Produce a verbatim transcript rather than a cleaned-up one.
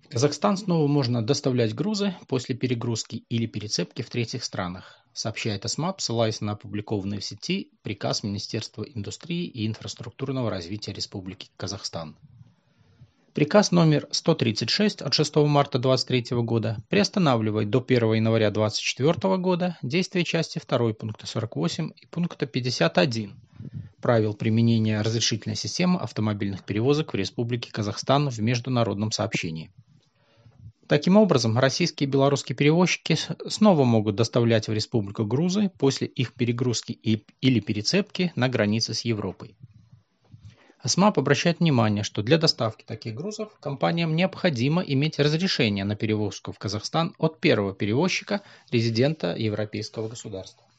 В Казахстан снова можно доставлять грузы после перегрузки или перецепки в третьих странах, сообщает АСМА, ссылаясь на опубликованный в сети приказ Министерства индустрии и инфраструктурного развития Республики Казахстан. Приказ номер сто тридцать шесть от шестого марта две тысячи двадцать третьего года приостанавливает до первого января две тысячи двадцать четвёртого года действие части второй пункта сорок восемь и пункта пятьдесят один правил применения разрешительной системы автомобильных перевозок в Республике Казахстан в международном сообщении. Таким образом, российские и белорусские перевозчики снова могут доставлять в республику грузы после их перегрузки или перецепки на границе с Европой. АСМАП обращает внимание, что для доставки таких грузов компаниям необходимо иметь разрешение на перевозку в Казахстан от первого перевозчика, резидента европейского государства.